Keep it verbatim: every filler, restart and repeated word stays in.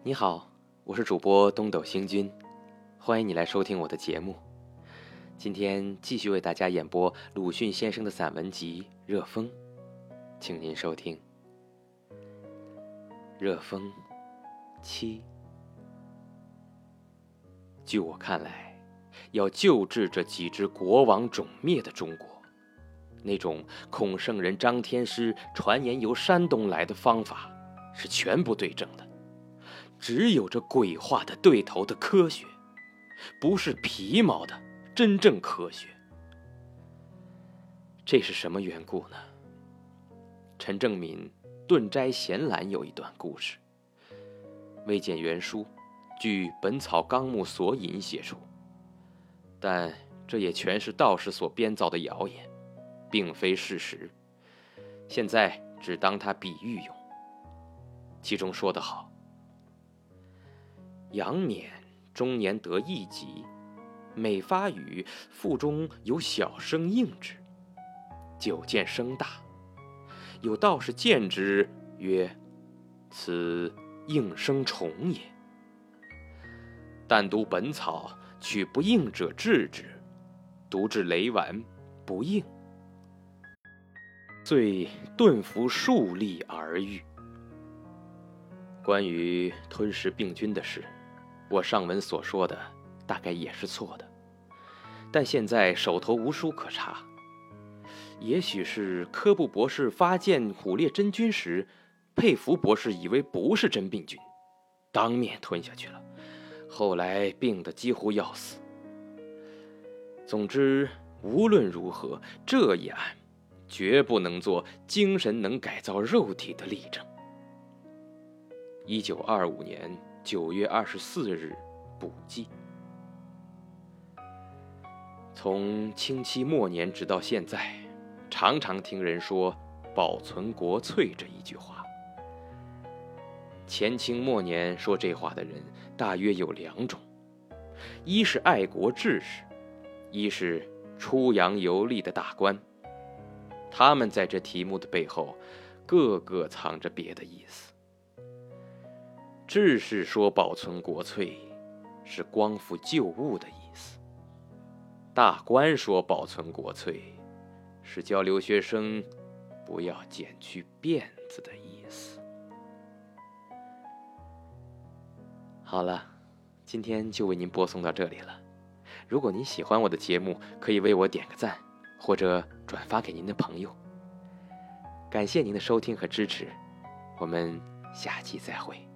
你好，我是主播东斗星君，欢迎你来收听我的节目。今天继续为大家演播鲁迅先生的散文集《热风》，请您收听《热风七》。据我看来，要救治这几只国王种灭的中国，那种孔圣人张天师传言由山东来的方法是全不对症的。只有这鬼话的对头的科学，不是皮毛的真正科学。这是什么缘故呢？陈正敏《顿斋闲览》有一段故事，未见原书，据《本草纲目索引》写出，但这也全是道士所编造的谣言，并非事实，现在只当它比喻用。其中说得好：杨冕中年得癔疾，每发语，腹中有小声应之，久见声大。有道士见之，曰：“此应声虫也。”但读本草，取不应者治之，读至雷丸，不应，遂顿服数粒而愈。关于吞食病菌的事，我上文所说的大概也是错的，但现在手头无书可查，也许是科布博士发现虎烈真菌时，佩服博士以为不是真病菌，当面吞下去了，后来病得几乎要死。总之，无论如何，这一案绝不能做精神能改造肉体的例证。一九二五年九月二十四日补记。从清期末年直到现在，常常听人说保存国粹这一句话。前清末年说这话的人大约有两种，一是爱国志士，一是出洋游历的大官。他们在这题目的背后个个藏着别的意思。志士说保存国粹是光复旧物的意思，大官说保存国粹是教留学生不要剪去辫子的意思。好了，今天就为您播送到这里了。如果您喜欢我的节目，可以为我点个赞，或者转发给您的朋友。感谢您的收听和支持，我们下期再会。